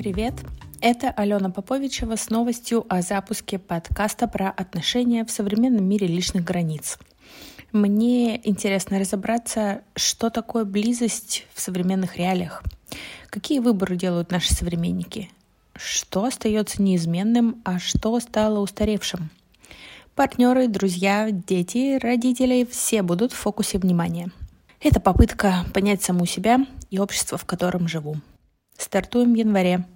Привет! Это Алена Поповичева с новостью о запуске подкаста про отношения в современном мире личных границ. Мне интересно разобраться, что такое близость в современных реалиях. Какие выборы делают наши современники? Что остается неизменным, а что стало устаревшим? Партнеры, друзья, дети, родители – все будут в фокусе внимания. Это попытка понять саму себя и общество, в котором живу. Стартуем в январе.